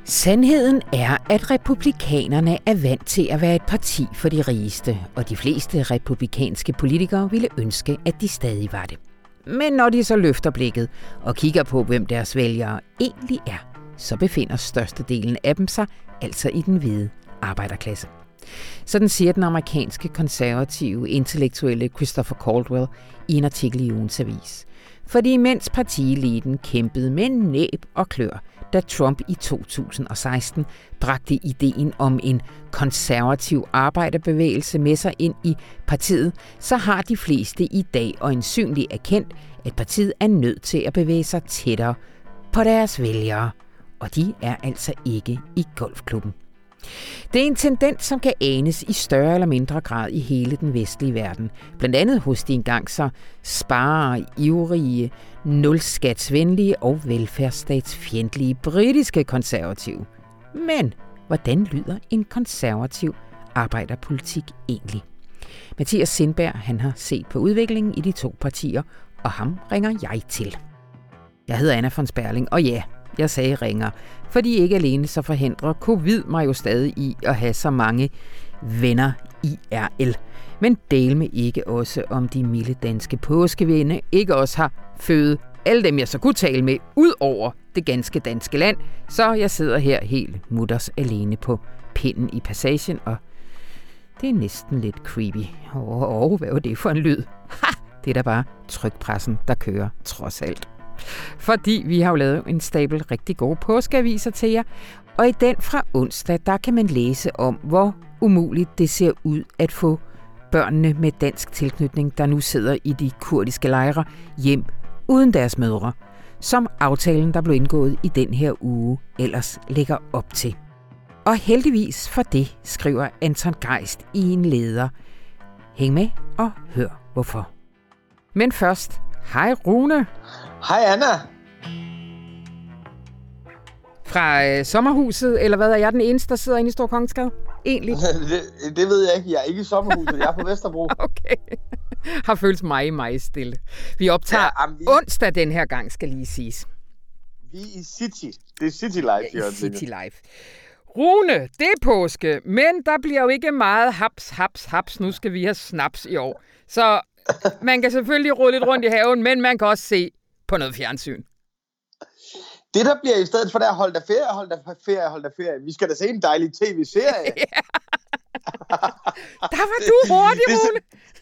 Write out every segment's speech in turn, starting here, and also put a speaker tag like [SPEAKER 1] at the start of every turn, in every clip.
[SPEAKER 1] Sandheden er, at republikanerne er vant til at være et parti for de rigeste, og de fleste republikanske politikere ville ønske, at de stadig var det. Men når de så løfter blikket og kigger på, hvem deres vælgere egentlig er, så befinder størstedelen af dem sig altså i den hvide arbejderklasse. Sådan siger den amerikanske konservative intellektuelle Christopher Caldwell i en artikel i ugens avis. Fordi mens partieliten kæmpede med næb og klør, da Trump i 2016 bragte ideen om en konservativ arbejderbevægelse med sig ind i partiet, så har de fleste i dag øjensynligt erkendt, at partiet er nødt til at bevæge sig tættere på deres vælgere, og de er altså ikke i golfklubben. Det er en tendens, som kan anes i større eller mindre grad i hele den vestlige verden. Blandt andet hos de engang så ivrige, nulskatsvenlige og velfærdsstatsfjendtlige britiske konservative. Men hvordan lyder en konservativ arbejderpolitik egentlig? Mathias Sindberg, han har set på udviklingen i de to partier, og ham ringer jeg til. Jeg hedder Anna von Sperling, og ja, jeg sagde ringer, fordi ikke alene så forhindrer covid mig jo stadig i at have så mange venner i RL. Men del med ikke også om de milde danske påskevinde ikke også har fødet alle dem, jeg så kunne tale med, ud over det ganske danske land. Så jeg sidder her helt mutters alene på pinden i passagen, og det er næsten lidt creepy. Hvad var det for en lyd? Ha! Det er da bare trykpressen, der kører trods alt. Fordi vi har jo lavet en stabel rigtig gode påskeaviser til jer, og i den fra onsdag, der kan man læse om, hvor umuligt det ser ud at få børnene med dansk tilknytning, der nu sidder i de kurdiske lejre, hjem uden deres mødre, som aftalen, der blev indgået i den her uge, ellers lægger op til. Og heldigvis for det, skriver Anton Geist i en leder. Hæng med og hør hvorfor. Men først, hej Rune.
[SPEAKER 2] Hej Anna.
[SPEAKER 1] Fra sommerhuset, eller hvad er jeg den eneste, der sidder inde i Stor Kongensgade? Egentlig?
[SPEAKER 2] Det ved jeg ikke. Jeg er ikke i sommerhuset. Jeg er på Vesterbro.
[SPEAKER 1] Okay. Har følt meget stille. Vi optager onsdag den her gang, skal lige siges.
[SPEAKER 2] Vi er i City. Det er City Life.
[SPEAKER 1] Ja, City Life. Rune, det er påske, men der bliver jo ikke meget haps. Nu skal vi have snaps i år. Så man kan selvfølgelig rulle lidt rundt i haven, men man kan også se på noget fjernsyn.
[SPEAKER 2] Det, der bliver i stedet for, der hold da ferie. Vi skal da se en dejlig tv-serie.
[SPEAKER 1] Ja. Der var du hurtig, Rune.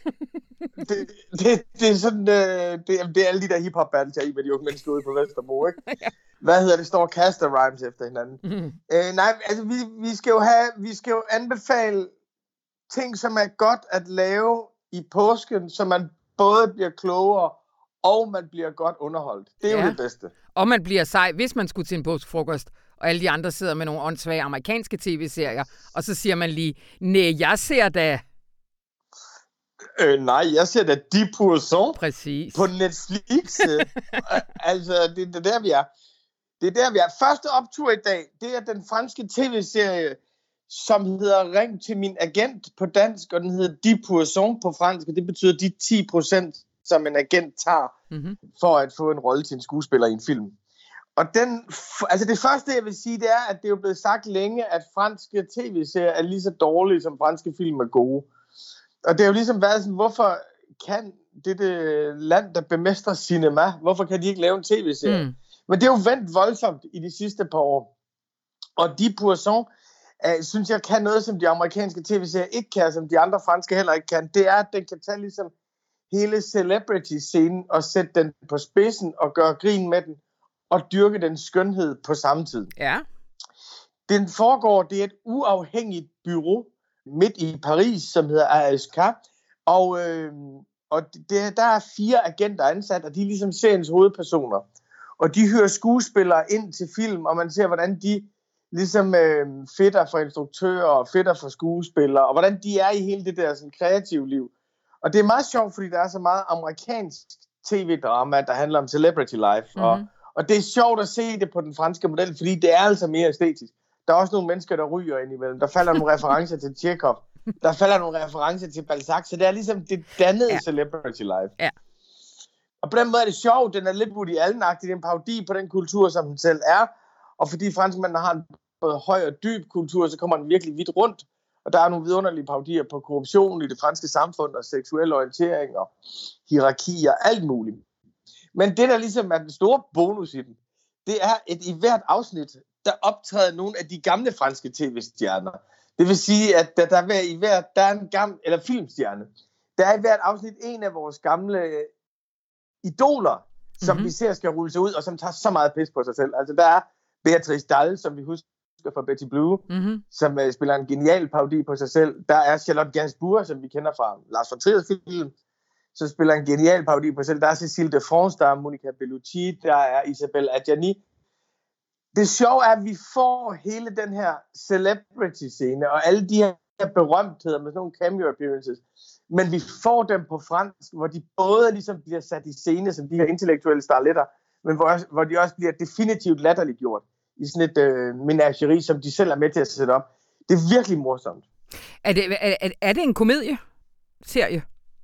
[SPEAKER 2] Det er sådan, det er alle de der hip-hop bands, jeg er i med de unge mennesker ude på Vesterbro, ikke? Ja. Hvad hedder det? Står og kaster rhymes efter hinanden. Nej, altså vi skal jo anbefale ting, som er godt at lave i påsken, så man både bliver klogere, og man bliver godt underholdt. Det er jo det bedste.
[SPEAKER 1] Og man bliver sej, hvis man skulle til en påskefrokost, og alle de andre sidder med nogle åndssvage amerikanske tv-serier, og så siger man lige, nej, jeg ser da...
[SPEAKER 2] Nej, jeg ser da De Pourcent.
[SPEAKER 1] Præcis.
[SPEAKER 2] På Netflix. Altså, det er der, vi er. Det er der, vi er. Første optur i dag, det er den franske tv-serie, som hedder Ring til min agent på dansk, og den hedder De Pourcent på fransk, og det betyder de 10%, som en agent tager for at få en rolle til en skuespiller i en film. Og det første, jeg vil sige, det er, at det er jo blevet sagt længe, at franske tv-serier er lige så dårlige, som franske film er gode. Og det er jo ligesom været sådan, hvorfor kan dette land, der bemestrer cinema, hvorfor kan de ikke lave en tv-serie? Men det er jo vendt voldsomt i de sidste par år. Og De Pourcent, synes jeg, kan noget, som de amerikanske tv-serier ikke kan, som de andre franske heller ikke kan. Det er, at den kan tage ligesom hele celebrity-scenen og sætte den på spidsen og gøre grin med den og dyrke den skønhed på samme tid.
[SPEAKER 1] Ja.
[SPEAKER 2] Den foregår, det er et uafhængigt bureau midt i Paris, som hedder ASK, og der er 4 agenter ansat, og de er ligesom seriens hovedpersoner. Og de hyrer skuespillere ind til film, og man ser, hvordan de ligesom fedter for instruktører og fedter for skuespillere, og hvordan de er i hele det der sådan, kreative liv. Og det er meget sjovt, fordi der er så meget amerikansk tv-drama, der handler om celebrity life. Og det er sjovt at se det på den franske model, fordi det er altså mere æstetisk. Der er også nogle mennesker, der ryger indimellem. Der falder nogle referencer til Tjekhov. Der falder nogle referencer til Balzac. Så det er ligesom det dannede celebrity life. Ja. Og på den måde er det sjovt. Den er lidt Woody Allen-agtig. Det er en parodi på den kultur, som den selv er. Og fordi franskmændene har en både høj og dyb kultur, så kommer den virkelig vidt rundt. Og der er nogle vidunderlige parodier på korruption i det franske samfund, og seksuel orientering, og hierarki og alt muligt. Men det, der ligesom er den store bonus i den, det er, at i hvert afsnit, der optræder nogle af de gamle franske tv-stjerner. Det vil sige, at der er en gammel, eller filmstjerne. Der er i hvert afsnit en af vores gamle idoler, som vi ser skal rulle sig ud, og som tager så meget pis på sig selv. Altså der er Beatrice Dalle, som vi husker fra Betty Blue, som spiller en genial parodi på sig selv. Der er Charlotte Gainsbourg, som vi kender fra Lars von Triers film, som spiller en genial parodi på sig selv. Der er Cécile de France, der er Monica Bellucci, der er Isabelle Adjani. Det sjove er, at vi får hele den her celebrity-scene, og alle de her berømtheder med sådan nogle cameo appearances, men vi får dem på fransk, hvor de både ligesom bliver sat i scene som de her intellektuelle starletter, men hvor de også bliver definitivt latterliggjort i sådan et menageri, som de selv er med til at sætte op. Det er virkelig morsomt.
[SPEAKER 1] Er det en komedieserie?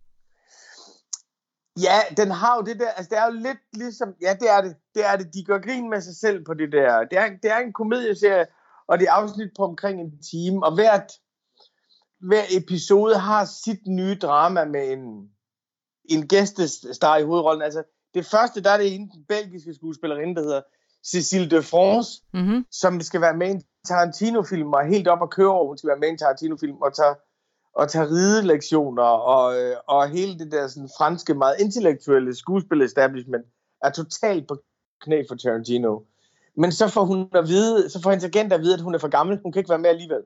[SPEAKER 2] Ja, den har jo det der, altså det er jo lidt ligesom, ja det er det, de gør grin med sig selv på det der. Det er en komedieserie, og det er afsnit på omkring en time, og hver episode har sit nye drama med en gæstestar i hovedrollen. Altså det første, der er det en belgiske skuespillerinde, der hedder Cécile de France, som skal være med i en Tarantino-film, og helt op at køre over, hun skal være med i en Tarantino-film, og tage ridelektioner, og hele det der sådan, franske, meget intellektuelle skuespil-establishment er totalt på knæ for Tarantino. Men så får hendes agent at vide, at hun er for gammel, hun kan ikke være med alligevel.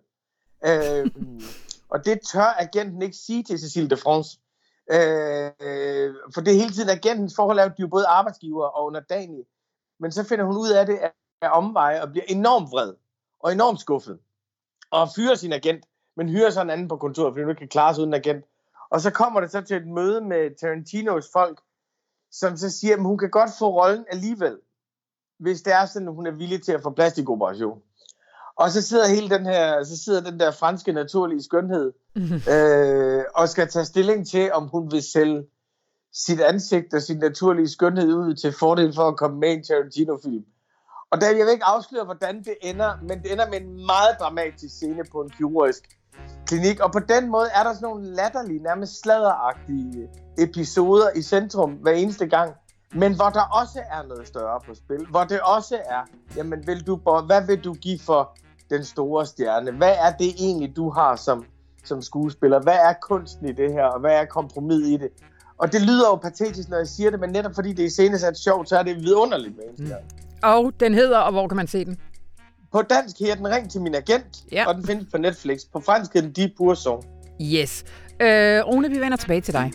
[SPEAKER 2] Og det tør agenten ikke sige til Cécile de France. For det er hele tiden agentens forhold, er, at de er både arbejdsgiver og underdanige. Men så finder hun ud af det af omveje, og bliver enormt vred, og enormt skuffet, og fyrer sin agent, men hyrer så en anden på kontoret, fordi hun ikke kan klare sig uden agent. Og så kommer det så til et møde med Tarantinos folk, som så siger, at hun kan godt få rollen alligevel, hvis det er sådan, at hun er villig til at få plastikoperation. Og så sidder den der franske naturlige skønhed, og skal tage stilling til, om hun vil sælge sit ansigt og sin naturlige skønhed ud til fordel for at komme med i en Tarantino-film. Og jeg vil ikke afsløre, hvordan det ender, men det ender med en meget dramatisk scene på en kirurgisk klinik. Og på den måde er der sådan nogle latterlige, nærmest sladderagtige episoder i centrum hver eneste gang. Men hvor der også er noget større på spil. Hvor det også er, jamen hvad vil du give for den store stjerne? Hvad er det egentlig, du har som skuespiller? Hvad er kunsten i det her, og hvad er kompromis i det? Og det lyder jo patetisk, når jeg siger det, men netop fordi det er iscenesat sjovt, så er det vidunderligt med eneste gang.
[SPEAKER 1] Og den hedder, og hvor kan man se den?
[SPEAKER 2] På dansk hedder den Ring til min agent, og den findes på Netflix. På fransk hedder den Die Pure Sang.
[SPEAKER 1] Yes. Rune, vi vender tilbage til dig.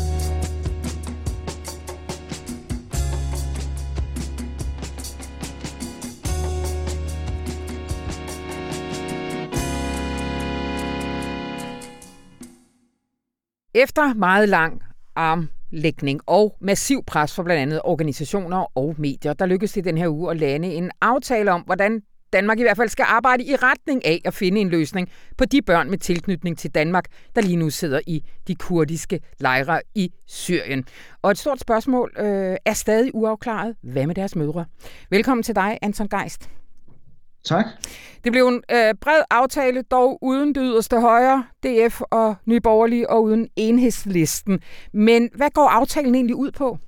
[SPEAKER 1] Efter meget lang armlægning og massiv pres for blandt andet organisationer og medier, der lykkedes det den her uge at lande en aftale om, hvordan Danmark i hvert fald skal arbejde i retning af at finde en løsning på de børn med tilknytning til Danmark, der lige nu sidder i de kurdiske lejre i Syrien. Og et stort spørgsmål er stadig uafklaret. Hvad med deres mødre? Velkommen til dig, Anton Geist.
[SPEAKER 3] Tak.
[SPEAKER 1] Det blev en bred aftale, dog uden det yderste højre, DF og Nye Borgerlige, og uden Enhedslisten. Men hvad går aftalen egentlig ud på?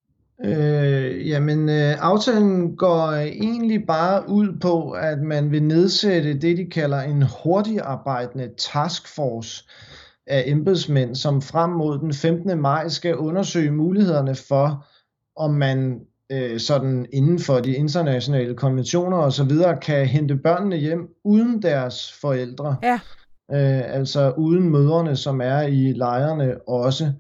[SPEAKER 3] Aftalen går egentlig bare ud på, at man vil nedsætte det, de kalder en hurtigarbejdende taskforce af embedsmænd, som frem mod den 15. maj skal undersøge mulighederne for, om man sådan inden for de internationale konventioner og så videre kan hente børnene hjem uden deres forældre.
[SPEAKER 1] Ja.
[SPEAKER 3] Altså uden mødrene, som er i lejrene også.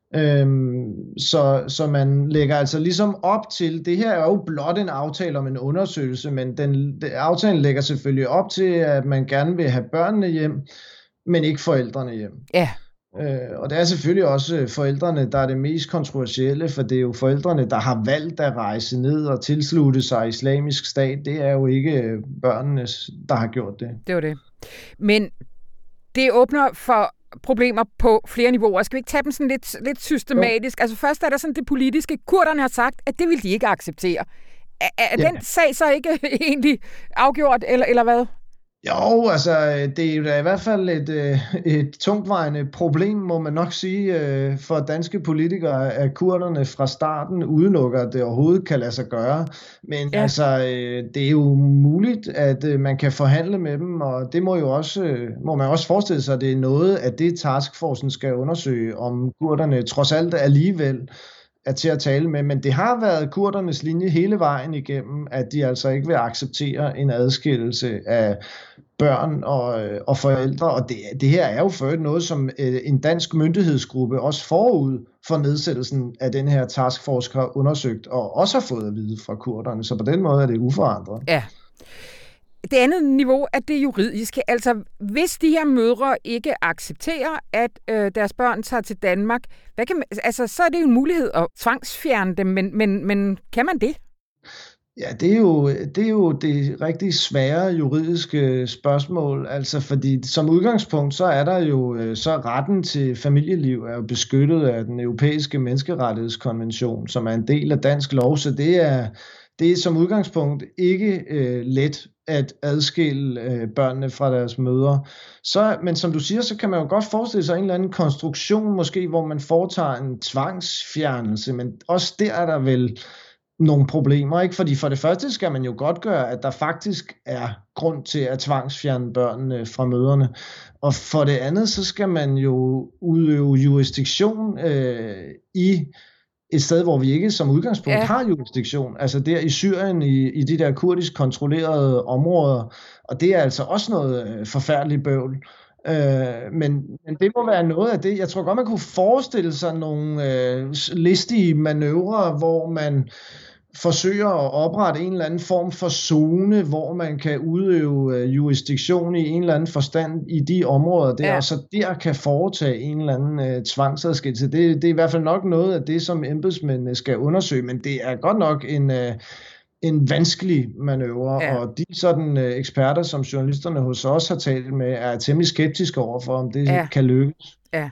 [SPEAKER 3] Så man lægger altså ligesom op til, det her er jo blot en aftale om en undersøgelse, men aftalen lægger selvfølgelig op til, at man gerne vil have børnene hjem, men ikke forældrene hjem.
[SPEAKER 1] Ja.
[SPEAKER 3] Og det er selvfølgelig også forældrene, der er det mest kontroversielle, for det er jo forældrene, der har valgt at rejse ned og tilslutte sig Islamisk Stat. Det er jo ikke børnene, der har gjort det.
[SPEAKER 1] Det var det. Men det åbner for problemer på flere niveauer. Skal vi ikke tage dem sådan lidt systematisk? Jo. Altså først er der sådan det politiske. Kurderne har sagt, at det vil de ikke acceptere. Er den sag så ikke egentlig afgjort, eller hvad?
[SPEAKER 3] Jo, altså det er jo da i hvert fald et tungtvejende problem, må man nok sige, for danske politikere, at kurderne fra starten udelukker, at det overhovedet kan lade sig gøre. Men altså, det er jo muligt, at man kan forhandle med dem, og det må man også forestille sig, at det er noget af det, taskforcen skal undersøge, om kurderne trods alt alligevel er til at tale med, men det har været kurdernes linje hele vejen igennem, at de altså ikke vil acceptere en adskillelse af børn og forældre, og det her er jo for noget, som en dansk myndighedsgruppe også forud for nedsættelsen af den her taskforce har undersøgt, og også har fået at vide fra kurderne, så på den måde er det uforandret.
[SPEAKER 1] Ja. Det andet niveau er det juridiske. Altså, hvis de her mødre ikke accepterer, at deres børn tager til Danmark, så er det jo en mulighed at tvangsfjerne dem, men kan man det?
[SPEAKER 3] Ja, det er jo det rigtig svære juridiske spørgsmål, altså fordi som udgangspunkt, så er der jo så retten til familieliv er jo beskyttet af den europæiske menneskerettighedskonvention, som er en del af dansk lov, så det er som udgangspunkt ikke let at adskille børnene fra deres mødre. Men som du siger, så kan man jo godt forestille sig en eller anden konstruktion, måske hvor man foretager en tvangsfjernelse, men også der er der vel nogle problemer, ikke? Fordi for det første skal man jo godt gøre, at der faktisk er grund til at tvangsfjerne børnene fra mødrene. Og for det andet, så skal man jo udøve jurisdiktion i et sted, hvor vi ikke som udgangspunkt har jurisdiktion. Altså der i Syrien, i de der kurdisk kontrollerede områder. Og det er altså også noget forfærdeligt bøvl. Men det må være noget af det. Jeg tror godt, man kunne forestille sig nogle listige manøvrer, hvor man forsøger at oprette en eller anden form for zone, hvor man kan udøve jurisdiktion i en eller anden forstand i de områder der, og så der kan foretage en eller anden tvangsadskillelse. Det er i hvert fald nok noget af det, som embedsmændene skal undersøge, men det er godt nok en vanskelig manøvre, og de sådan eksperter, som journalisterne hos os har talt med, er temmelig skeptiske overfor, om det kan lykkes.
[SPEAKER 1] Ja.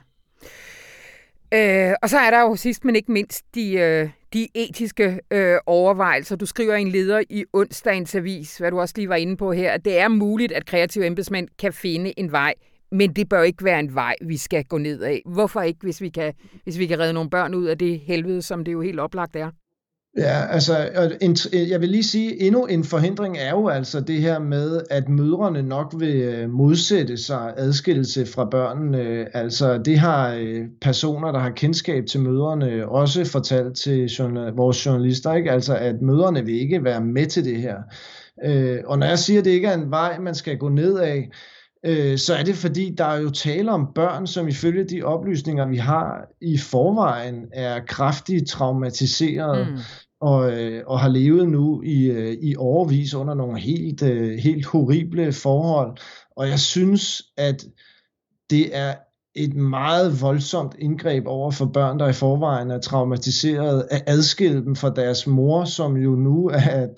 [SPEAKER 1] Og så er der jo sidst, men ikke mindst, de etiske overvejelser. Du skriver i en leder i onsdagens avis, hvad du også lige var inde på her, at det er muligt, at kreative embedsmænd kan finde en vej, men det bør ikke være en vej, vi skal gå ned af. Hvorfor ikke, hvis vi kan redde nogle børn ud af det helvede, som det jo helt oplagt er?
[SPEAKER 3] Ja, altså, jeg vil lige sige, endnu en forhindring er jo altså det her med, at mødrene nok vil modsætte sig adskillelse fra børnene. Altså, det har personer, der har kendskab til mødrene, også fortalt til vores journalister, ikke? Altså, at mødrene vil ikke være med til det her. Og når jeg siger, at det ikke er en vej, man skal gå ned af, så er det fordi, der er jo tale om børn, som ifølge de oplysninger, vi har i forvejen, er kraftigt traumatiseret. Og har levet nu i årevis under nogle helt horrible forhold. Og jeg synes, at det er et meget voldsomt indgreb over for børn, der i forvejen er traumatiseret, at adskille dem fra deres mor, som jo nu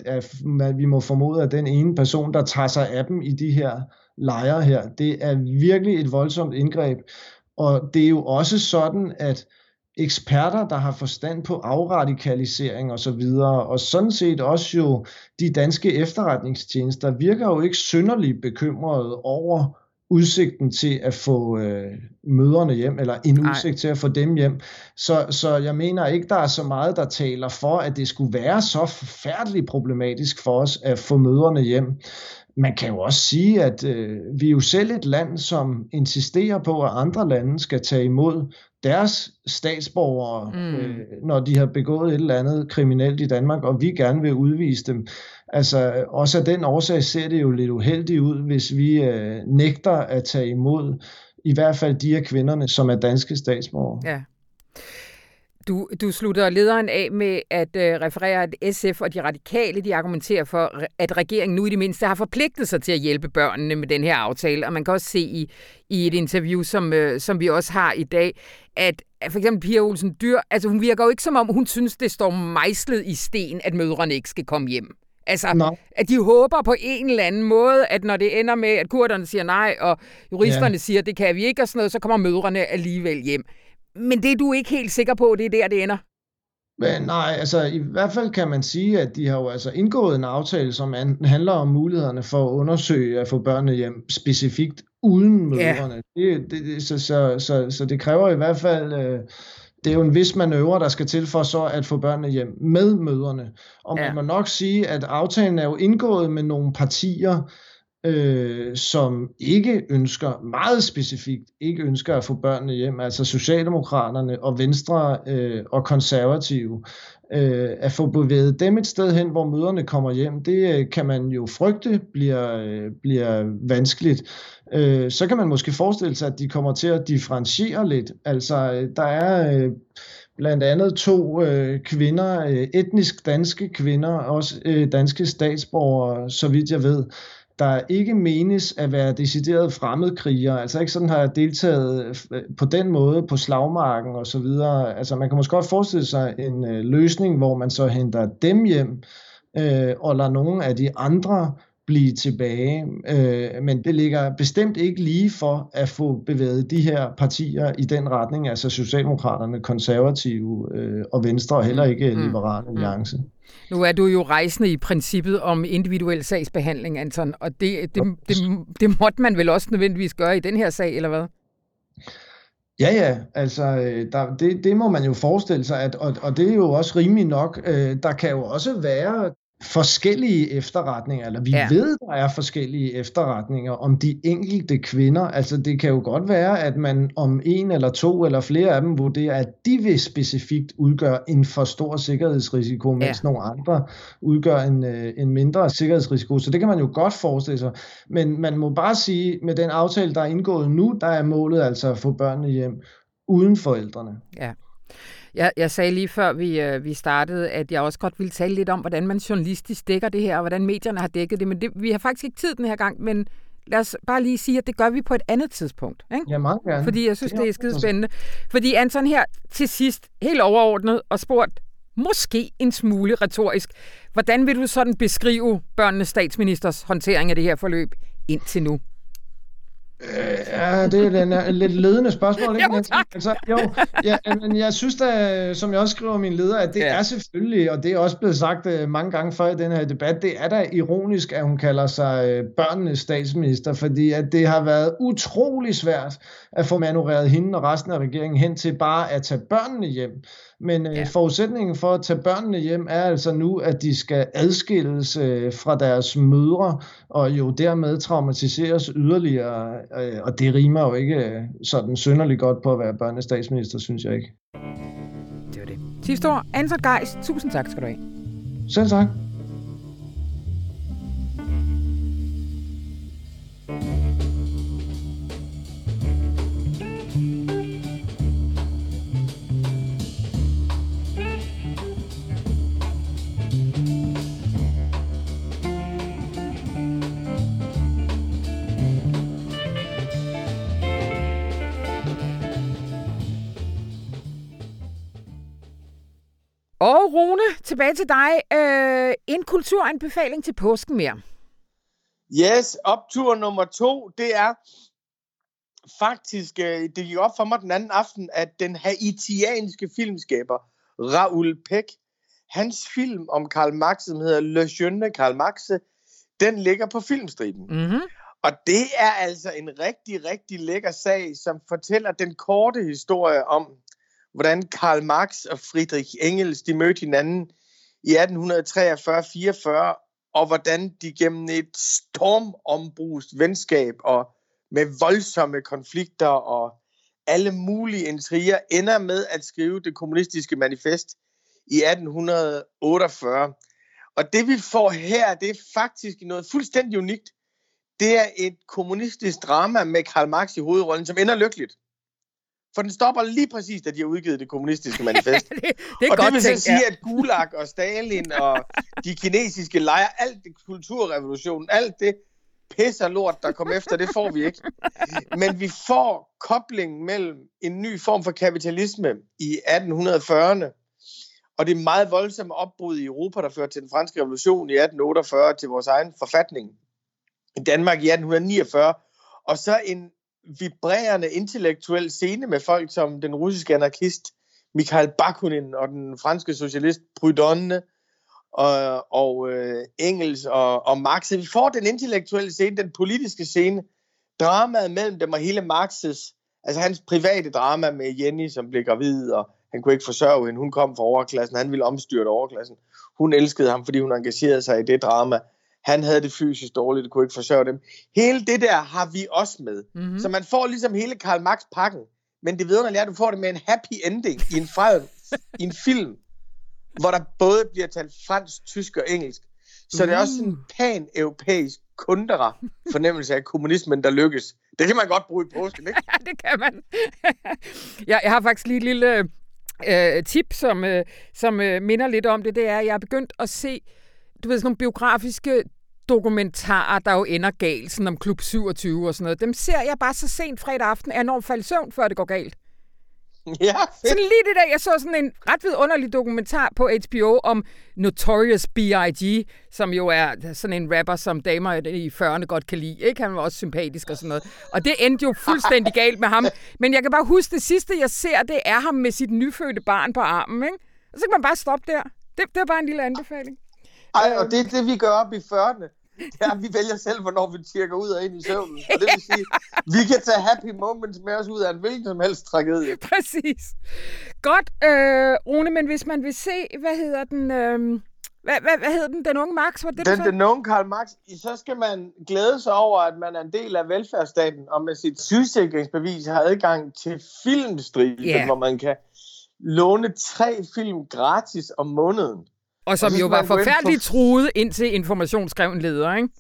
[SPEAKER 3] er vi må formode, at den ene person, der tager sig af dem i de her lejre her, det er virkelig et voldsomt indgreb. Og det er jo også sådan, at eksperter, der har forstand på afradikalisering og så videre, og sådan set også jo de danske efterretningstjenester, virker jo ikke synderligt bekymrede over udsigten til at få mødrene hjem, eller en udsigt til at få dem hjem. Så jeg mener ikke, der er så meget, der taler for, at det skulle være så forfærdeligt problematisk for os at få mødrene hjem. Man kan jo også sige, at vi er jo selv et land, som insisterer på, at andre lande skal tage imod deres statsborgere, når de har begået et eller andet kriminelt i Danmark, og vi gerne vil udvise dem. Altså, også af den årsag ser det jo lidt uheldigt ud, hvis vi nægter at tage imod i hvert fald de her kvinderne, som er danske statsborgere.
[SPEAKER 1] Ja. Du slutter lederen af med at referere, at SF og de radikale, de argumenterer for, at regeringen nu i det mindste har forpligtet sig til at hjælpe børnene med den her aftale. Og man kan også se i et interview, som vi også har i dag, at for eksempel Pia Olsen Dyhr, altså hun virker jo ikke som om, hun synes, det står mejslet i sten, at mødrene ikke skal komme hjem. Altså, at de håber på en eller anden måde, at når det ender med, at kurderne siger nej, og juristerne siger, det kan vi ikke, og sådan noget, så kommer mødrene alligevel hjem. Men det er du ikke helt sikker på, det er der, det ender?
[SPEAKER 3] Men nej, altså i hvert fald kan man sige, at de har jo altså indgået en aftale, som handler om mulighederne for at undersøge at få børnene hjem specifikt uden mødrene. Så det kræver i hvert fald, det er jo en vis manøvre, der skal til for så at få børnene hjem med mødrene. Og man må nok sige, at aftalen er jo indgået med nogle partier, som ikke ønsker, meget specifikt, ikke ønsker at få børnene hjem, altså Socialdemokraterne og Venstre og Konservative, at få bevæget dem et sted hen, hvor mødrene kommer hjem, det kan man jo frygte bliver vanskeligt. Så kan man måske forestille sig, at de kommer til at differentiere lidt. Altså, der er blandt andet 2 kvinder, etnisk danske kvinder, også danske statsborgere, så vidt jeg ved, der ikke menes at være decideret fremmedkrigere, altså ikke sådan har deltaget på den måde på slagmarken og så videre. Altså man kan måske godt forestille sig en løsning, hvor man så henter dem hjem og lader nogle af de andre blive tilbage. Men det ligger bestemt ikke lige for at få bevæget de her partier i den retning, altså Socialdemokraterne, Konservative og Venstre, og heller ikke Liberal Alliance.
[SPEAKER 1] Nu er du jo rejsende i princippet om individuel sagsbehandling, Anton, og det måtte man vel også nødvendigvis gøre i den her sag, eller hvad?
[SPEAKER 3] Ja, altså det må man jo forestille sig, og det er jo også rimeligt nok. Der kan jo også være forskellige efterretninger, eller vi ved, der er forskellige efterretninger om de enkelte kvinder. Altså det kan jo godt være, at man om 1 eller 2 eller flere af dem vurderer, at de vil specifikt udgøre en for stor sikkerhedsrisiko, mens nogle andre udgør en mindre sikkerhedsrisiko. Så det kan man jo godt forestille sig. Men man må bare sige, med den aftale, der er indgået nu, der er målet altså at få børnene hjem uden forældrene.
[SPEAKER 1] Ja. Jeg sagde lige før vi startede, at jeg også godt ville tale lidt om, hvordan man journalistisk dækker det her, og hvordan medierne har dækket det. Men vi har faktisk ikke tid den her gang, men lad os bare lige sige, at det gør vi på et andet tidspunkt. Ikke?
[SPEAKER 3] Ja, meget gerne.
[SPEAKER 1] Fordi jeg synes, det er skidespændende. Fordi Anton her til sidst, helt overordnet, og spurgt, måske en smule retorisk, hvordan vil du sådan beskrive børnenes statsministers håndtering af det her forløb indtil nu?
[SPEAKER 3] Ja, det er et lidt ledende spørgsmål, ikke?
[SPEAKER 1] Jo, tak.
[SPEAKER 3] Altså, men jeg synes da, som jeg også skriver i min leder, at det er selvfølgelig, og det er også blevet sagt mange gange før i den her debat, det er da ironisk, at hun kalder sig børnenes statsminister, fordi at det har været utrolig svært at få manøvreret hende og resten af regeringen hen til bare at tage børnene hjem. Men forudsætningen for at tage børnene hjem er altså nu, at de skal adskilles fra deres mødre, og jo dermed traumatiseres yderligere, og det rimer jo ikke sådan synderligt godt på at være børnenes statsminister, synes jeg ikke.
[SPEAKER 1] Det var det. Sidste ord, Anton Geist, tusind tak skal du have.
[SPEAKER 3] Selv tak.
[SPEAKER 1] Og Rune, tilbage til dig. En kulturanbefaling til påsken mere.
[SPEAKER 2] Yes, optur nummer 2, det er faktisk, det gik op for mig den anden aften, at den haitianske filmskaber Raoul Peck, hans film om Karl Marx, som hedder Le Jeune Karl Marx, den ligger på Filmstriben. Mm-hmm. Og det er altså en rigtig, rigtig lækker sag, som fortæller den korte historie om, hvordan Karl Marx og Friedrich Engels, de mødte hinanden i 1843-44, og hvordan de gennem et stormombrust venskab og med voldsomme konflikter og alle mulige intriger ender med at skrive det kommunistiske manifest i 1848. Og det vi får her, det er faktisk noget fuldstændig unikt. Det er et kommunistisk drama med Karl Marx i hovedrollen, som ender lykkeligt. For den stopper lige præcis, da de har udgivet det kommunistiske manifest.
[SPEAKER 1] det
[SPEAKER 2] og det vil så sige, at Gulag og Stalin og de kinesiske lejre, alt det kulturrevolutionen, alt det pisser lort, der kom efter, det får vi ikke. Men vi får koblingen mellem en ny form for kapitalisme i 1840'erne, og det meget voldsomme opbrud i Europa, der førte til den franske revolution i 1848, til vores egen forfatning i Danmark i 1849, og så en vibrerende intellektuel scene med folk som den russiske anarkist Mikhail Bakunin og den franske socialist Proudhon og Engels og Marx. Vi får den intellektuelle scene, den politiske scene, dramaet mellem dem og hele Marx's, altså hans private drama med Jenny, som blev gravid, og han kunne ikke forsørge hende. Hun kom fra overklassen, han ville omstyrte overklassen. Hun elskede ham, fordi hun engagerede sig i det drama. Han havde det fysisk dårligt, det kunne ikke forsørge dem. Hele det der har vi også med. Mm-hmm. Så man får ligesom hele Karl Marx-pakken, men det vidunderlige er, at du får det med en happy ending i en film, hvor der både bliver talt fransk, tysk og engelsk. Så det er også en pan-europæisk kundera fornemmelse af kommunismen, der lykkes. Det kan man godt bruge i påsken, ikke?
[SPEAKER 1] Ja, det kan man. Jeg har faktisk lige et lille tip, som minder lidt om det. Det er, at jeg er begyndt at se, du ved, sådan nogle biografiske dokumentarer, der jo ender galt, sådan om Klub 27 og sådan noget. Dem ser jeg bare så sent fredag aften, er enormt faldt i søvn, før det går galt.
[SPEAKER 2] Ja, fedt.
[SPEAKER 1] Sådan lige det der, jeg så sådan en ret vidunderlig dokumentar på HBO om Notorious B.I.G., som jo er sådan en rapper, som damer i 40'erne godt kan lide, ikke? Han var også sympatisk og sådan noget. Og det endte jo fuldstændig galt med ham. Men jeg kan bare huske, det sidste, jeg ser, det er ham med sit nyfødte barn på armen, ikke? Og så kan man bare stoppe der. Det er bare en lille anbefaling.
[SPEAKER 2] Ej, og det er det, vi gør op i 40'erne. Ja, vi vælger selv, hvornår vi tjekker ud og ind i søvnen. Og det vil sige, vi kan tage happy moments med os ud af en hvilken som helst tragedie.
[SPEAKER 1] Præcis. Godt, Rune, men hvis man vil se, hvad hedder den, hvad hedder den unge Marx? Var det
[SPEAKER 2] den unge Karl Marx, så skal man glæde sig over, at man er en del af velfærdsstaten, og med sit sygesikringsbevis har adgang til filmstriben, hvor man kan låne 3 film gratis om måneden.
[SPEAKER 1] Og som jo var forfærdeligt truet indtil Information skrev en leder, ikke?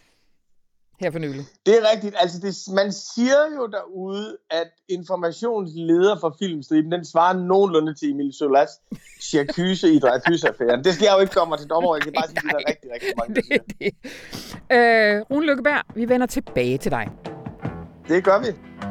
[SPEAKER 1] Her for nylig.
[SPEAKER 2] Det er rigtigt. Altså, man siger jo derude, at Informationsleder for filmstriben, den svarer nogenlunde til Emil Zolas Cirkyse i Dreyfus-affæren. Det skal jeg jo ikke komme til dommer. Jeg kan bare sige, at det er rigtig mange, der siger.
[SPEAKER 1] Rune Lykkeberg, vi vender tilbage til dig.
[SPEAKER 2] Det gør vi.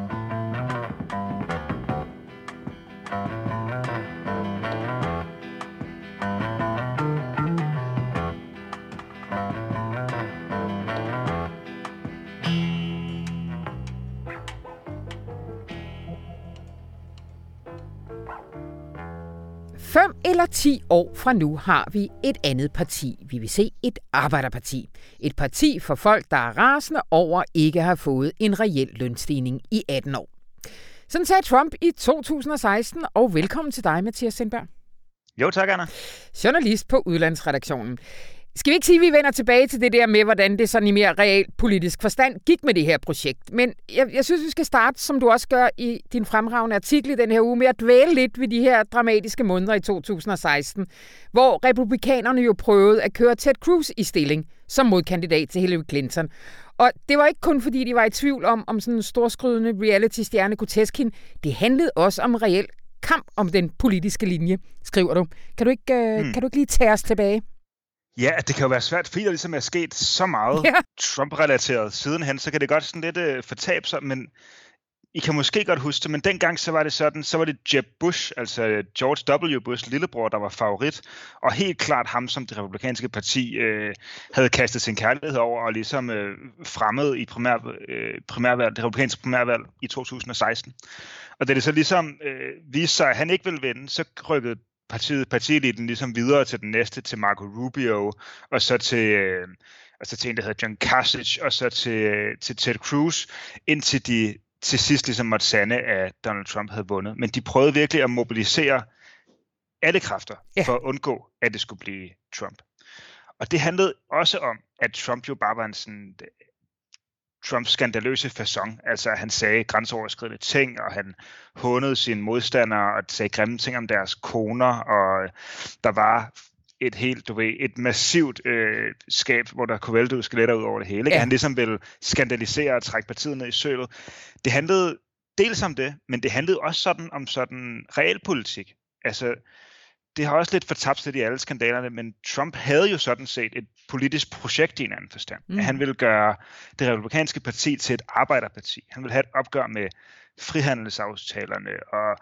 [SPEAKER 1] Fem eller 10 år fra nu har vi et andet parti. Vi vil se et arbejderparti. Et parti for folk, der er rasende over ikke at have fået en reel lønstigning i 18 år. Sådan sagde Trump i 2016, og velkommen til dig, Mathias Sindberg.
[SPEAKER 4] Jo, tak, Anna.
[SPEAKER 1] Journalist på Udlandsredaktionen. Skal vi ikke sige, at vi vender tilbage til det der med, hvordan det sådan i mere reelt politisk forstand gik med det her projekt. Men jeg synes, vi skal starte, som du også gør i din fremragende artikel i den her uge, med at dvæle lidt ved de her dramatiske måneder i 2016, hvor republikanerne jo prøvede at køre Ted Cruz i stilling som modkandidat til Hillary Clinton. Og det var ikke kun, fordi de var i tvivl om sådan en storskrydende reality-stjerne kunne tæske hende. Det handlede også om reel kamp om den politiske linje, skriver du. Kan du ikke lige tage os tilbage?
[SPEAKER 4] Ja, det kan jo være svært, fordi der ligesom er sket så meget Trump-relateret sidenhen, så kan det godt sådan lidt fortabe sig, men I kan måske godt huske det, men dengang så var det sådan, så var det Jeb Bush, altså George W. Bush' lillebror, der var favorit, og helt klart ham, som det republikanske parti havde kastet sin kærlighed over, og ligesom fremmet i primærvalg, det republikanske primærvalg i 2016. Og da det så ligesom viste sig, at han ikke ville vinde, så rykkede partieliten ligesom videre til den næste, til Marco Rubio, og så til en, der hedder John Kasich, og så til Ted Cruz, indtil de til sidst ligesom måtte sande, at Donald Trump havde vundet. Men de prøvede virkelig at mobilisere alle kræfter for at undgå, at det skulle blive Trump. Og det handlede også om, at Trump jo bare var en sådan Trumps skandaløse facon, altså han sagde grænseoverskridende ting, og han hånede sine modstandere og sagde grimme ting om deres koner, og der var et massivt skab, hvor der kunne vælte ud skeletter ud over det hele. Ja. Han ligesom ville skandalisere og trække partiet ned i sølet. Det handlede dels om det, men det handlede også sådan om sådan realpolitik. Altså, det har også lidt fortabt sig i alle skandalerne, men Trump havde jo sådan set et politisk projekt i en anden forstand. Han ville gøre det republikanske parti til et arbejderparti. Han ville have et opgør med frihandelsaftalerne og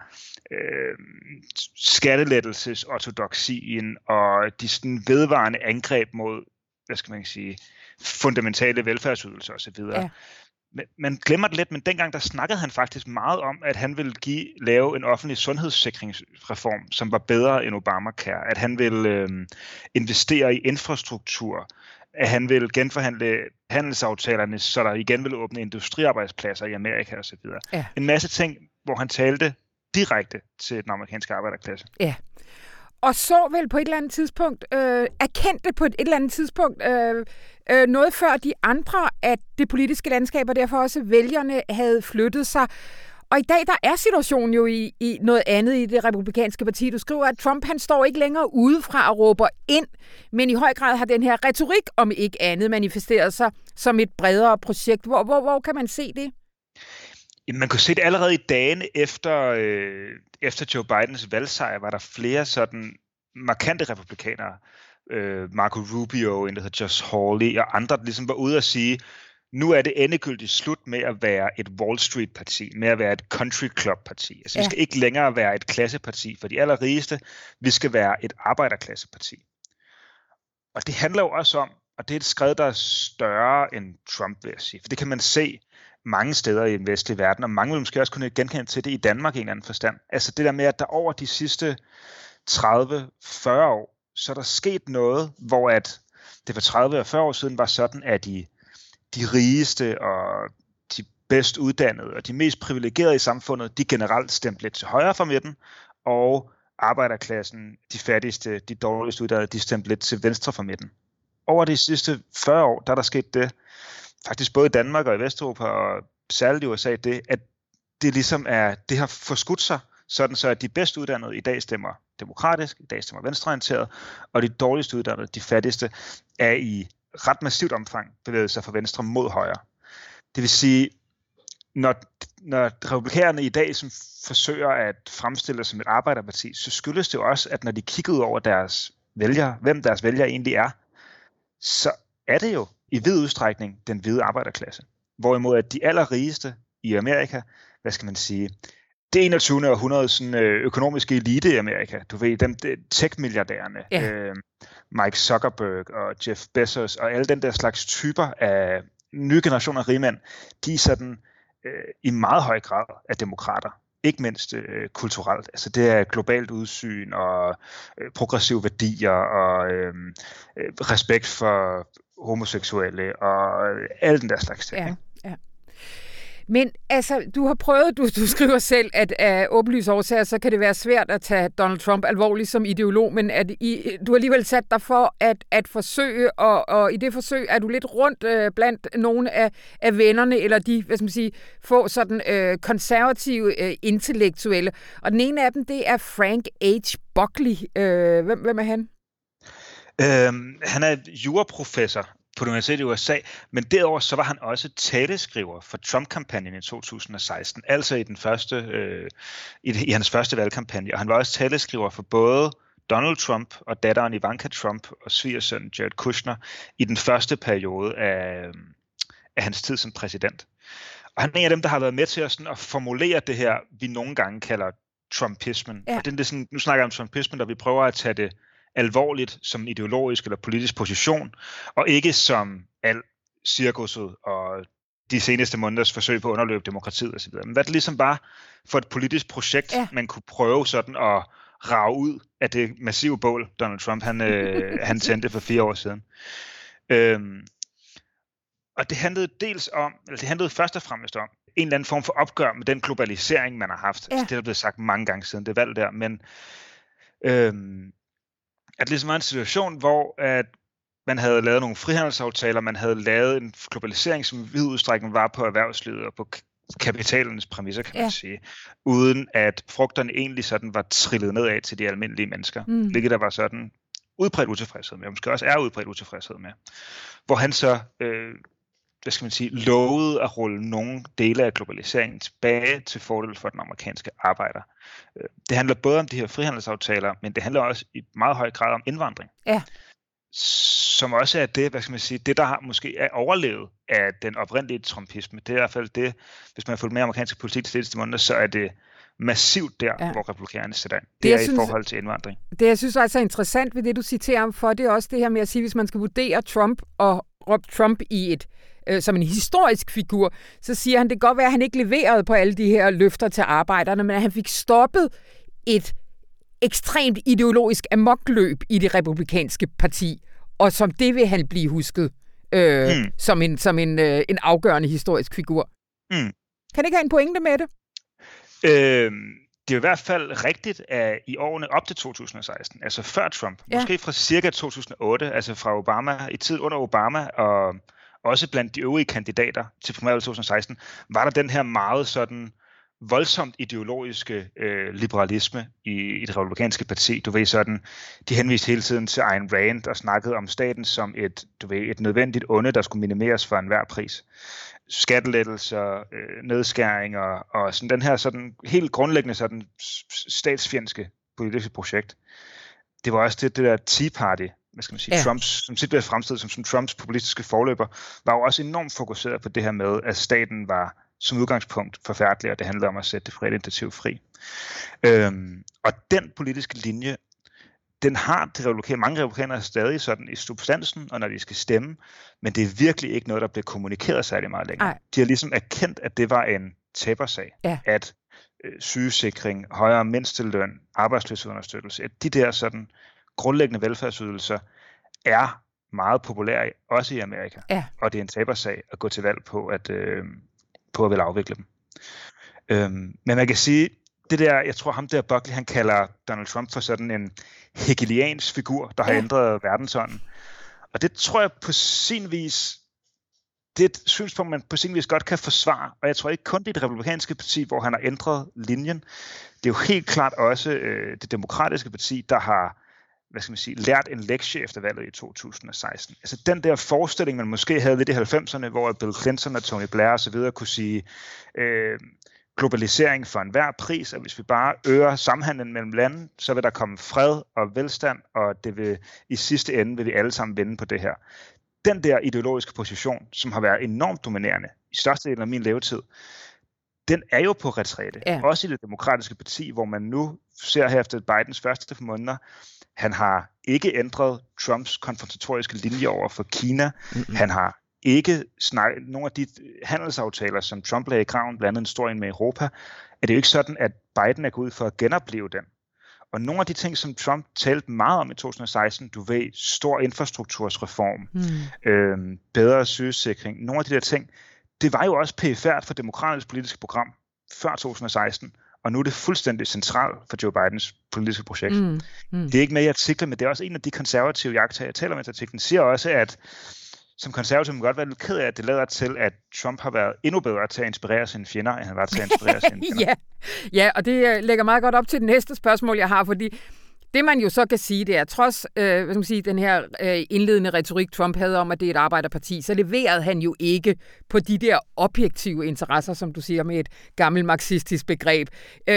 [SPEAKER 4] skattelettelsesortodoksien og de sådan vedvarende angreb mod, hvad skal man sige, fundamentale velfærdsydelser osv. Ja. man glemmer det lidt, men dengang der snakkede han faktisk meget om, at han ville lave en offentlig sundhedssikringsreform, som var bedre end Obamacare, at han ville investere i infrastruktur, at han ville genforhandle handelsaftalerne, så der igen ville åbne industriarbejdspladser i Amerika osv. Ja. En masse ting, hvor han talte direkte til den amerikanske arbejderklasse.
[SPEAKER 1] Ja. Og så vel på et eller andet tidspunkt, erkendte på et eller andet tidspunkt, noget før de andre, at det politiske landskab, og derfor også vælgerne, havde flyttet sig. Og i dag, der er situationen jo i noget andet i det republikanske parti. Du skriver, at Trump, han står ikke længere udefra og råber ind, men i høj grad har den her retorik, om ikke andet, manifesteret sig som et bredere projekt. Hvor kan man se det?
[SPEAKER 4] Jamen, man kunne se det allerede i dagene efter Joe Bidens valgsejr, var der flere sådan markante republikanere, Marco Rubio, en der hedder Josh Hawley og andre, der ligesom var ude at sige, nu er det endegyldigt slut med at være et Wall Street-parti, med at være et country club-parti. Altså, vi skal ikke længere være et klasseparti for de allerrigeste, vi skal være et arbejderklasseparti. Og det handler jo også om, og det er et skred, der er større end Trump, vil jeg sige, for det kan man se mange steder i den vestlige verden, og mange vil måske også kunne genkende til det i Danmark i en eller anden forstand. Altså det der med, at der over de sidste 30-40 år, så er der sket noget, hvor at det for 30 og 40 år siden var sådan, at de rigeste og de bedst uddannede og de mest privilegerede i samfundet, de generelt stemte lidt til højre for midten, og arbejderklassen, de fattigste, de dårligst uddannede, de stemte lidt til venstre for midten. Over de sidste 40 år, der er der sket det, faktisk både i Danmark og i Vesteuropa, og særligt i USA, det, at det ligesom det har forskudt sig, sådan så at de bedst uddannede i dag stemmer demokratisk, i dag stemmer venstreorienteret, og de dårligst uddannede, de fattigste, er i ret massivt omfang bevæget sig fra venstre mod højre. Det vil sige, når republikanerne i dag som forsøger at fremstille sig som et arbejderparti, så skyldes det jo også, at når de kigger ud over deres vælgere, hvem deres vælgere egentlig er, så er det jo i vid udstrækning den hvide arbejderklasse. Hvorimod at de allerrigeste i Amerika, hvad skal man sige, det 21. århundrede sådan økonomiske elite i Amerika, du ved, dem tech-milliardærerne, Mike Zuckerberg og Jeff Bezos og alle den der slags typer af nye generationer af rigmænd, de er sådan i meget høj grad af demokrater. Ikke mindst kulturelt. Altså det er globalt udsyn og progressive værdier og respekt for homoseksuelle og al den der slags ting. Ja.
[SPEAKER 1] Men altså, du har prøvet, du skriver selv, at af åbenlyse årsager, så kan det være svært at tage Donald Trump alvorligt som ideolog, men at du har alligevel sat dig for at forsøge, og i det forsøg er du lidt rundt blandt nogle af vennerne, eller de, hvad skal man sige, få sådan konservative intellektuelle. Og den ene af dem, det er Frank H. Buckley. Hvem er han?
[SPEAKER 4] Han er juraprofessor på universitetet i USA, men derover så var han også taleskriver for Trump-kampagnen i 2016, altså i hans første valgkampagne, og han var også taleskriver for både Donald Trump og datteren Ivanka Trump og svigersønnen Jared Kushner i den første periode af hans tid som præsident. Og han er en af dem, der har været med til at formulere det her, vi nogle gange kalder Trumpismen. Ja. Og det er sådan, nu snakker jeg om Trumpismen, der vi prøver at tage det alvorligt som en ideologisk eller politisk position, og ikke som al cirkuset og de seneste måneders forsøg på at underløbe demokratiet osv. Men hvad det ligesom var for et politisk projekt, man kunne prøve sådan at rage ud af det massive bål, Donald Trump han tændte for 4 år siden. Og det handlede først og fremmest om en eller anden form for opgør med den globalisering, man har haft. Altså, det er blevet sagt mange gange siden det valg der, men at det ligesom var en situation, hvor at man havde lavet nogle frihandelsaftaler, man havde lavet en globalisering, som i vid udstrækning var på erhvervslivet og på kapitalernes præmisser, kan man sige, uden at frugterne egentlig sådan var trillet nedad til de almindelige mennesker, hvilket der var sådan udbredt utilfredshed med, og måske også er udbredt utilfredshed med, hvor han så lovede at rulle nogle dele af globaliseringen tilbage til fordel for den amerikanske arbejder. Det handler både om de her frihandelsaftaler, men det handler også i meget høj grad om indvandring. Ja. Som også er det, det der har måske er overlevet af den oprindelige trumpisme. Det er i hvert fald det, hvis man har fulgt med amerikansk politik de sidste måneder, så er det massivt der, hvor republikanerne sætter ind. Det er i forhold til indvandring.
[SPEAKER 1] Det, jeg synes altså er interessant ved det, du citerer ham for, det er også det her med at sige, hvis man skal vurdere Trump og råbe Trump i et som en historisk figur, så siger han, det kan godt være, at han ikke leverede på alle de her løfter til arbejderne, men at han fik stoppet et ekstremt ideologisk amokløb i det republikanske parti, og som det vil han blive husket som en afgørende historisk figur. Kan det ikke have en pointe med det?
[SPEAKER 4] Det er i hvert fald rigtigt, at i årene op til 2016, altså før Trump, måske fra cirka 2008, altså fra Obama, i tid under Obama, og også blandt de øvrige kandidater til primærvalget 2016, var der den her meget sådan voldsomt ideologiske liberalisme i det republikanske parti. Du ved sådan, de henviste hele tiden til Ayn Rand og snakkede om staten som et nødvendigt onde, der skulle minimeres for enhver pris. Skattelettelser, nedskæringer og sådan den her sådan helt grundlæggende sådan statsfjendske politiske projekt. Det var også det der Tea Party, hvad skal man sige, Trumps, som tit bliver fremstillet som Trumps populistiske forløber, var jo også enormt fokuseret på det her med, at staten var som udgangspunkt forfærdelig, og det handlede om at sætte det private initiativ fri. Og den politiske linje, den har mange republikanere stadig sådan i substansen, og når de skal stemme, men det er virkelig ikke noget, der bliver kommunikeret særlig meget længere. Ej. De har ligesom erkendt, at det var en tabersag, at sygesikring, højere mindsteløn, arbejdsløshedsunderstøttelse, at de der sådan grundlæggende velfærdsydelser er meget populære, også i Amerika. Ja. Og det er en tabersag at gå til valg på at ville afvikle dem. Men man kan sige, det der, jeg tror ham der Buckley, han kalder Donald Trump for sådan en hegeliansk figur, der har ændret verdensånden. Og det tror jeg på sin vis, det er et synspunkt, man på sin vis godt kan forsvare. Og jeg tror ikke kun det er det republikanske parti, hvor han har ændret linjen. Det er jo helt klart også det demokratiske parti, der har, hvad skal man sige, lært en lektie efter valget i 2016. Altså den der forestilling, man måske havde lidt i 90'erne, hvor Bill Clinton og Tony Blair og så videre kunne sige, globalisering for enhver pris, og hvis vi bare øger samhandlen mellem lande, så vil der komme fred og velstand, og det vil i sidste ende vil vi alle sammen vinde på det her. Den der ideologiske position, som har været enormt dominerende i størstedelen af min levetid, den er jo på retræte. Også i det demokratiske parti, hvor man nu ser her efter Bidens første måneder, han har ikke ændret Trumps konfrontatoriske linje over for Kina. Han har ikke snakket nogle af de handelsaftaler, som Trump lagde i graven, blandt andet en stor en med Europa, er det jo ikke sådan, at Biden er gået ud for at genopleve den. Og nogle af de ting, som Trump talte meget om i 2016, du ved, stor infrastruktursreform, bedre sygesikring, nogle af de der ting, det var jo også perifert for demokratisk politiske program før 2016, og nu er det fuldstændig centralt for Joe Bidens politiske projekt. Det er ikke med i artiklen, men det er også en af de konservative iagttagere, jeg taler med i artiklen, siger også, at som konservativ må godt være lidt ked af, at det lader til, at Trump har været endnu bedre til at inspirere sine fjender, end han var til at inspirere sine fjender.
[SPEAKER 1] Ja, og det lægger meget godt op til det næste spørgsmål, jeg har, fordi det man jo så kan sige, det er, trods hvad skal man sige, den her indledende retorik, Trump havde om, at det er et arbejderparti, så leverede han jo ikke på de der objektive interesser, som du siger med et gammelt marxistisk begreb.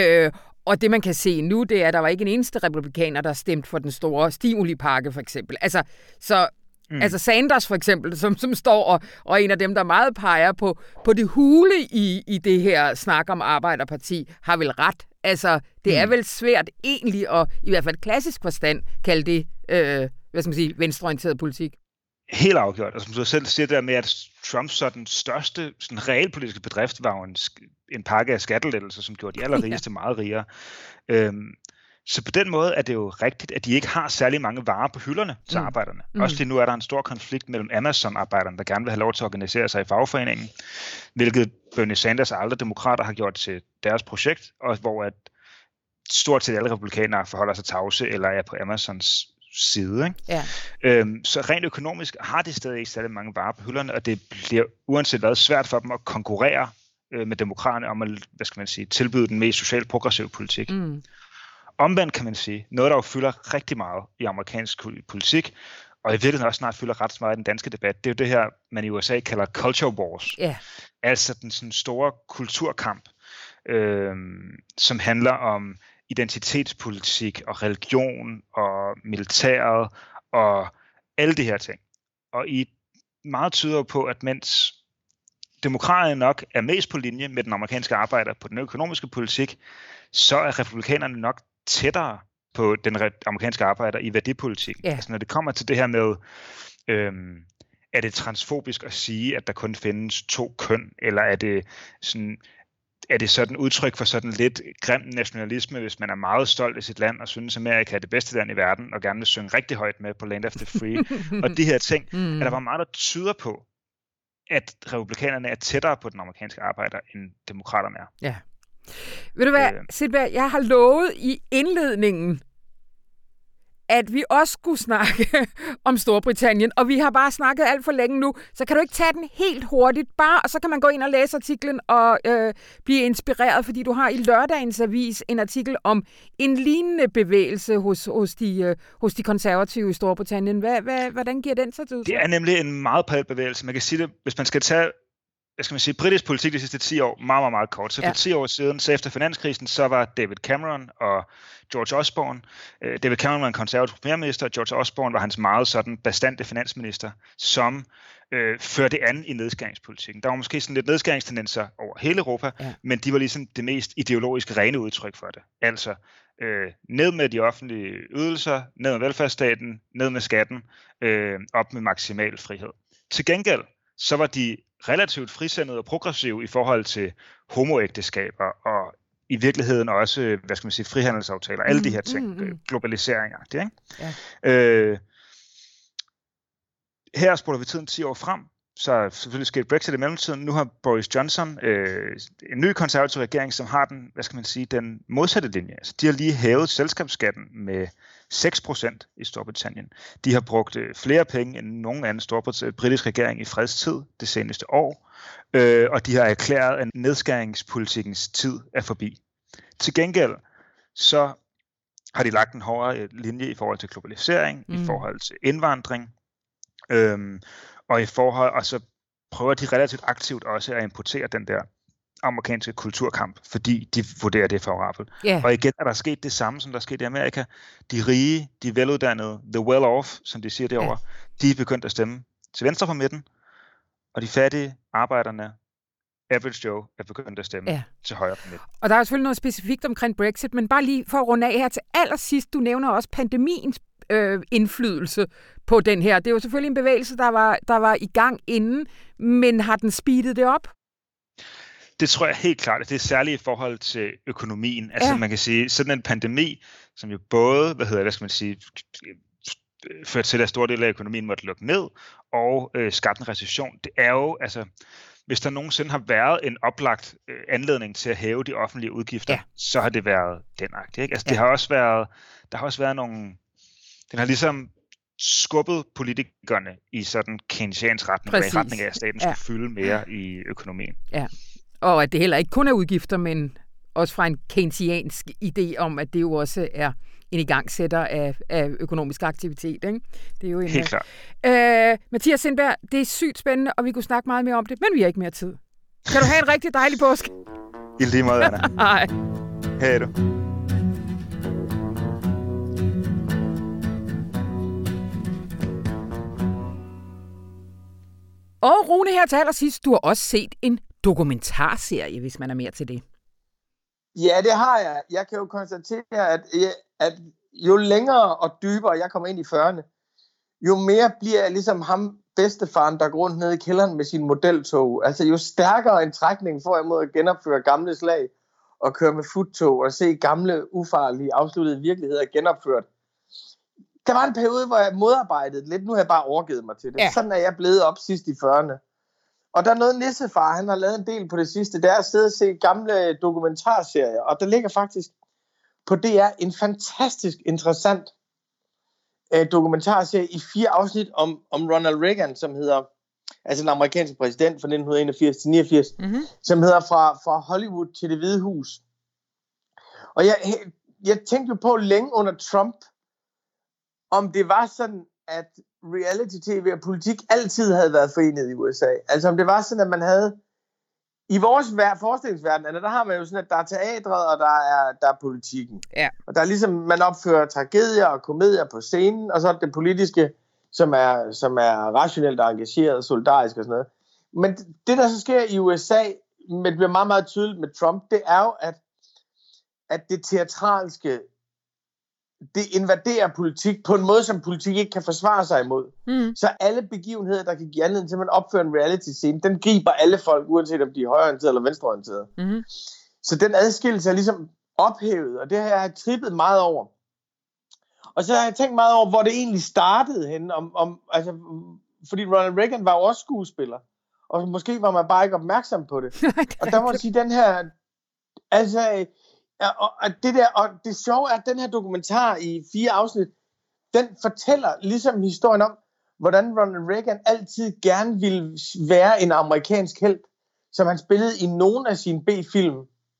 [SPEAKER 1] Og det man kan se nu, det er, at der var ikke en eneste republikaner, der stemte for den store stimulipakke, for eksempel. Altså Sanders for eksempel, som står og en af dem, der meget peger på det hule i det her snak om arbejderparti, har vel ret. Altså, det er vel svært egentlig at, i hvert fald klassisk forstand, kalde det, hvad skal man sige, venstreorienteret politik.
[SPEAKER 4] Helt afgjort. Og som du selv siger der med, at Trumps sådan største sådan realpolitiske bedrift var jo en pakke af skattelettelser, som gjorde de allerrigeste meget rigere. Så på den måde er det jo rigtigt, at de ikke har særlig mange varer på hylderne til arbejderne. Også lige nu er der en stor konflikt mellem Amazon-arbejderne, der gerne vil have lov til at organisere sig i fagforeningen, hvilket Bernie Sanders og andre demokrater har gjort til deres projekt, og hvor at stort set alle republikanere forholder sig tavse eller er på Amazons side. Ikke? Ja. Så rent økonomisk har de stadig ikke særlig mange varer på hylderne, og det bliver uanset hvad svært for dem at konkurrere med demokraterne om at, hvad skal man sige, tilbyde den mest socialt progressive politik. Omvendt kan man sige, noget der jo fylder rigtig meget i amerikansk politik, og i virkeligheden også snart fylder ret meget i den danske debat, det er jo det her, man i USA kalder culture wars. Yeah. Altså den sådan store kulturkamp, som handler om identitetspolitik og religion og militæret og alle de her ting. Og I meget tyder på, at mens demokraterne nok er mest på linje med den amerikanske arbejder på den økonomiske politik, så er republikanerne nok tættere på den amerikanske arbejder i værdipolitik. Yeah. Altså når det kommer til det her med er det transfobisk at sige, at der kun findes 2 køn, eller er det sådan udtryk for sådan lidt grim nationalisme, hvis man er meget stolt af sit land og synes, at Amerika er det bedste land i verden, og gerne vil synge rigtig højt med på Land of the Free. Og de her ting, at der var meget, der tyder på, at republikanerne er tættere på den amerikanske arbejder, end demokraterne er.
[SPEAKER 1] Ja. Ved du hvad, Sindberg, jeg har lovet i indledningen, at vi også skulle snakke om Storbritannien, og vi har bare snakket alt for længe nu, så kan du ikke tage den helt hurtigt, og så kan man gå ind og læse artiklen og blive inspireret, fordi du har i lørdagens avis en artikel om en lignende bevægelse hos de konservative i Storbritannien. Hvordan giver den sig ud?
[SPEAKER 4] Det er nemlig en meget parallel bevægelse. Man kan sige det, hvis man skal tage britisk politik de sidste 10 år, meget, meget, meget kort. Så for 10 år siden, så efter finanskrisen, så var David Cameron og George Osborne. David Cameron var en konservativ premierminister, og George Osborne var hans meget sådan bastante finansminister, som førte an i nedskæringspolitikken. Der var måske sådan lidt nedskæringstendenser over hele Europa, men de var ligesom det mest ideologisk rene udtryk for det. Altså, ned med de offentlige ydelser, ned med velfærdsstaten, ned med skatten, op med maksimal frihed. Til gengæld, så var de relativt frisindede og progressive i forhold til homoægteskaber og i virkeligheden også, frihandelsaftaler, alle de her ting, globaliseringer. Det, ikke? Ja. Her spoler vi tiden 10 år frem, så er selvfølgelig sket Brexit i mellemtiden. Nu har Boris Johnson en ny konservativ regering, som har den modsatte linje. Altså, de har lige hævet selskabsskatten med 6% i Storbritannien. De har brugt flere penge end nogen anden britisk regering i fredstid det seneste år, og de har erklæret, at nedskæringspolitikkens tid er forbi. Til gengæld så har de lagt en hårdere linje i forhold til globalisering, i forhold til indvandring, og så prøver de relativt aktivt også at importere den der amerikanske kulturkamp, fordi de vurderer det favorabelt. Yeah. Og igen er der sket det samme, som der skete i Amerika. De rige, de veluddannede, the well-off, som de siger derovre, de er begyndt at stemme til venstre for midten, og de fattige arbejderne, average Joe, er begyndt at stemme til højre for midten.
[SPEAKER 1] Og der er selvfølgelig noget specifikt omkring Brexit, men bare lige for at runde af her til allersidst, du nævner også pandemiens indflydelse på den her. Det er jo selvfølgelig en bevægelse, der var i gang inden, men har den speedet det op?
[SPEAKER 4] Det tror jeg helt klart, at det er særligt i forhold til økonomien. Altså man kan sige, sådan en pandemi, som jo både, førte til, at store dele af økonomien måtte lukke ned, og skabte en recession. Det er jo, altså, hvis der nogensinde har været en oplagt anledning til at hæve de offentlige udgifter, så har det været denagtigt, ikke? Altså, der har også været nogle, den har ligesom skubbet politikerne i sådan keynesiansk retning, i retning af, at staten skulle fylde mere i økonomien. Ja.
[SPEAKER 1] Og at det heller ikke kun er udgifter, men også fra en keynesiansk idé om, at det jo også er en igangsætter af økonomisk aktivitet. Ikke? Det er jo
[SPEAKER 4] helt klart.
[SPEAKER 1] Mathias Sindberg, det er sygt spændende, og vi kunne snakke meget mere om det, men vi har ikke mere tid. Kan du have en rigtig dejlig påske?
[SPEAKER 4] I lige måde, Anna.
[SPEAKER 1] Hej.
[SPEAKER 4] Hej du.
[SPEAKER 1] Og Rune, her til allersidst, du har også set en dokumentarserie, hvis man er mere til det.
[SPEAKER 2] Ja, det har jeg. Jeg kan jo konstatere, at jo længere og dybere jeg kommer ind i 40'erne, jo mere bliver jeg ligesom ham bedstefaren, der går rundt nede i kælderen med sin modeltog. Altså jo stærkere en trækning får jeg mod at genopføre gamle slag og køre med futtog og se gamle, ufarlige, afsluttede virkeligheder genopført. Der var en periode, hvor jeg modarbejdede lidt. Nu har jeg bare overgivet mig til det. Ja. Sådan er jeg blevet op sidst i 40'erne. Og der er noget Nissefar, han har lavet en del på det sidste. Det er at sidde og se gamle dokumentarserier. Og der ligger faktisk på DR en fantastisk interessant dokumentarserie i 4 afsnit om Ronald Reagan, som hedder, altså den amerikanske præsident fra 1981 til 89, som hedder fra Hollywood til Det Hvide Hus. Og jeg tænkte jo på længe under Trump, om det var sådan, at reality-tv og politik altid havde været forenet i USA. Altså om det var sådan, at man havde, i vores forestillingsverden, der har man jo sådan, at der er teatret, og der er politikken. Ja. Og der er ligesom, man opfører tragedier og komedier på scenen, og så er det politiske, som er rationelt engageret, solidarisk og sådan noget. Men det, der så sker i USA, men det bliver meget, meget tydeligt med Trump, det er jo, at det teatralske det invaderer politik på en måde, som politik ikke kan forsvare sig imod. Så alle begivenheder, der kan give anledning til, at man opfører en reality-scene, den griber alle folk, uanset om de er højreorienterede eller venstreorienterede. Så den adskillelse er ligesom ophævet, og det har jeg trippet meget over. Og så har jeg tænkt meget over, hvor det egentlig startede henne, altså, fordi Ronald Reagan var jo også skuespiller, og måske var man bare ikke opmærksom på det. Og der må jeg sige, den her, altså, og det sjove er, at den her dokumentar i 4 afsnit, den fortæller ligesom historien om, hvordan Ronald Reagan altid gerne ville være en amerikansk helt, som han spillede i nogle af sine B-film,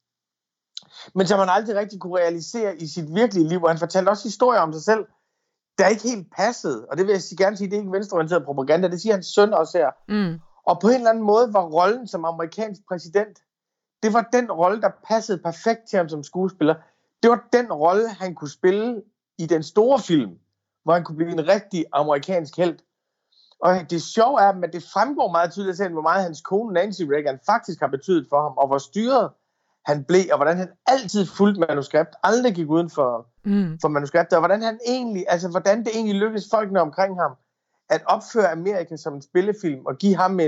[SPEAKER 2] men som han aldrig rigtig kunne realisere i sit virkelige liv, og han fortalte også historier om sig selv, der ikke helt passede, og det vil jeg gerne sige, det er ikke venstreorienteret propaganda, det siger hans søn også her. Og på en eller anden måde var rollen som amerikansk præsident, det var den rolle, der passede perfekt til ham som skuespiller. Det var den rolle, han kunne spille i den store film, hvor han kunne blive en rigtig amerikansk helt. Og det sjove er, at det fremgår meget tydeligt af, hvor meget hans kone Nancy Reagan faktisk har betydet for ham, og hvor styret han blev, og hvordan han altid fulgte manuskript, aldrig gik uden for manuskriptet, og hvordan han egentlig, altså hvordan det egentlig lykkedes folkene omkring ham, at opføre Amerika som en spillefilm, og give ham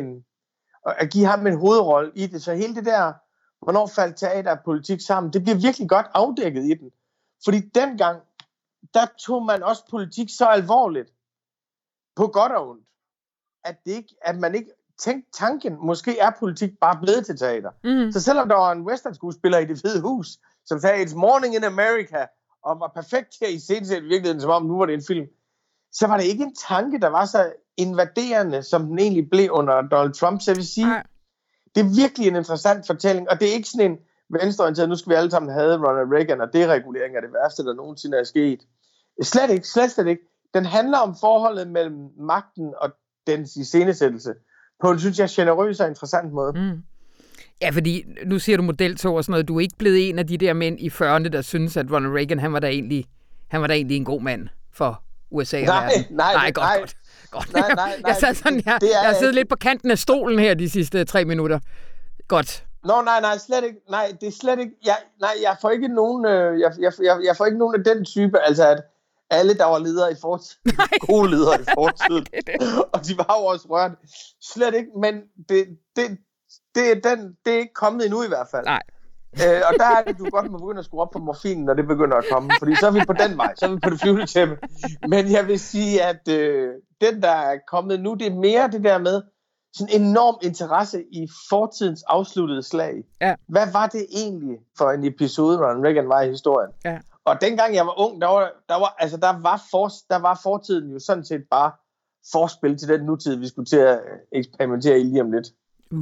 [SPEAKER 2] en hovedrolle i det. Så hele det der, hvornår faldt teater og politik sammen, det bliver virkelig godt afdækket i den. Fordi dengang, der tog man også politik så alvorligt, på godt og ondt, at man ikke tænkte tanken, måske er politik bare blevet til teater. Så selvom der var en western-skuespiller i Det Hvide Hus, som sagde, It's Morning in America, og var perfekt til at iscenesætte virkeligheden, som om nu var det en film, så var det ikke en tanke, der var så invaderende, som den egentlig blev under Donald Trump. Så jeg vil sige, det er virkelig en interessant fortælling, og det er ikke sådan en venstreorienteret, nu skal vi alle sammen have Ronald Reagan, og deregulering er det værste, der nogensinde er sket. Slet ikke. Den handler om forholdet mellem magten og dens iscenesættelse, på en, synes jeg, generøs og interessant måde.
[SPEAKER 1] Ja, fordi nu siger du modeltog og sådan noget, du er ikke blevet en af de der mænd i 40'erne, der synes, at Ronald Reagan, han var da egentlig en god mand for USA og verden. Nej, godt. Nej. Jeg sad sådan her, jeg har siddet lidt på kanten af stolen her de sidste 3 minutter. Godt.
[SPEAKER 2] Nej, slet ikke. Nej, det er slet ikke. Jeg får ikke nogen, jeg får ikke nogen af den type, altså at alle, der var ledere i fortiden, gode ledere i fortiden, og de var jo også rørt. Slet ikke, men det er ikke kommet endnu i hvert fald.
[SPEAKER 1] Nej.
[SPEAKER 2] Og der er det, du godt må begynde at skrue op på morfinen, når det begynder at komme, fordi så er vi på den vej, så er vi på det flyvende tæppe. Men jeg vil sige, at den, der er kommet nu, det er mere det der med sådan enorm interesse i fortidens afsluttede slag.
[SPEAKER 1] Ja.
[SPEAKER 2] Hvad var det egentlig for en episode, Ronald Reagan var i historien?
[SPEAKER 1] Ja.
[SPEAKER 2] Og dengang jeg var ung, der var fortiden jo sådan set bare forspil til den nutid, vi skulle til at eksperimentere i lige om lidt.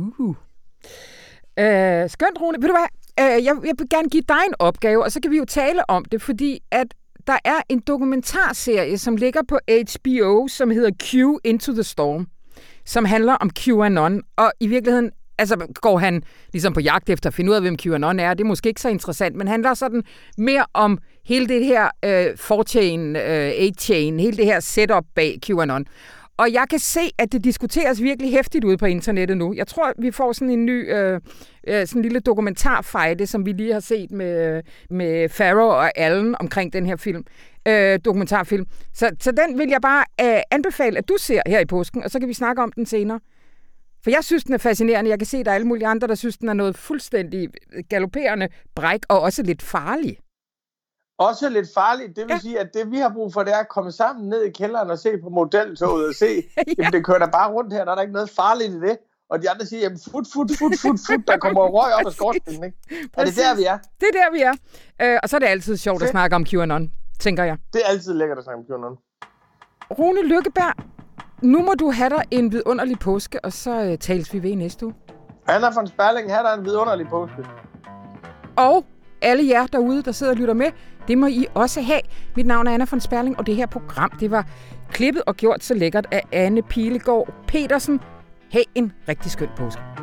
[SPEAKER 1] Skønt, Rune. Ved du hvad? Jeg vil gerne give dig en opgave, og så kan vi jo tale om det, fordi at der er en dokumentarserie, som ligger på HBO, som hedder Q Into the Storm, som handler om QAnon, og i virkeligheden går han ligesom på jagt efter at finde ud af, hvem QAnon er. Det er måske ikke så interessant, men handler sådan mere om hele det her 4chain, 8chain, hele det her setup bag QAnon. Og jeg kan se, at det diskuteres virkelig hæftigt ude på internettet nu. Jeg tror, vi får sådan en ny sådan en lille dokumentarfejde, som vi lige har set med Farrow og Allen omkring den her film, dokumentarfilm. Så den vil jeg bare anbefale, at du ser her i påsken, og så kan vi snakke om den senere. For jeg synes, den er fascinerende. Jeg kan se, at der er alle mulige andre, der synes, den er noget fuldstændig galopperende bræk, og også lidt farlig.
[SPEAKER 2] Også lidt farligt. Det vil sige, at det vi har brug for, det er at komme sammen ned i kælderen og se på modeltoget og se, jamen det kører der bare rundt her, der er der ikke noget farligt i det. Og de andre siger, jamen fut, der kommer røg op af skorstenen, ikke? Er det der, vi er?
[SPEAKER 1] Det er der, vi er. Og så er det altid sjovt at snakke om QAnon, tænker jeg.
[SPEAKER 2] Det er altid lækkert at snakke om QAnon.
[SPEAKER 1] Rune Lykkeberg, nu må du have dig en vidunderlig påske, og så tales vi ved næste uge.
[SPEAKER 2] Anna von Sperling, have dig en vidunderlig påske.
[SPEAKER 1] Og alle jer derude, der sidder og lytter med, det må I også have. Mit navn er Anna von Sperling, og det her program, det var klippet og gjort så lækkert af Anne Pilegaard Petersen. Ha' en rigtig skøn påske.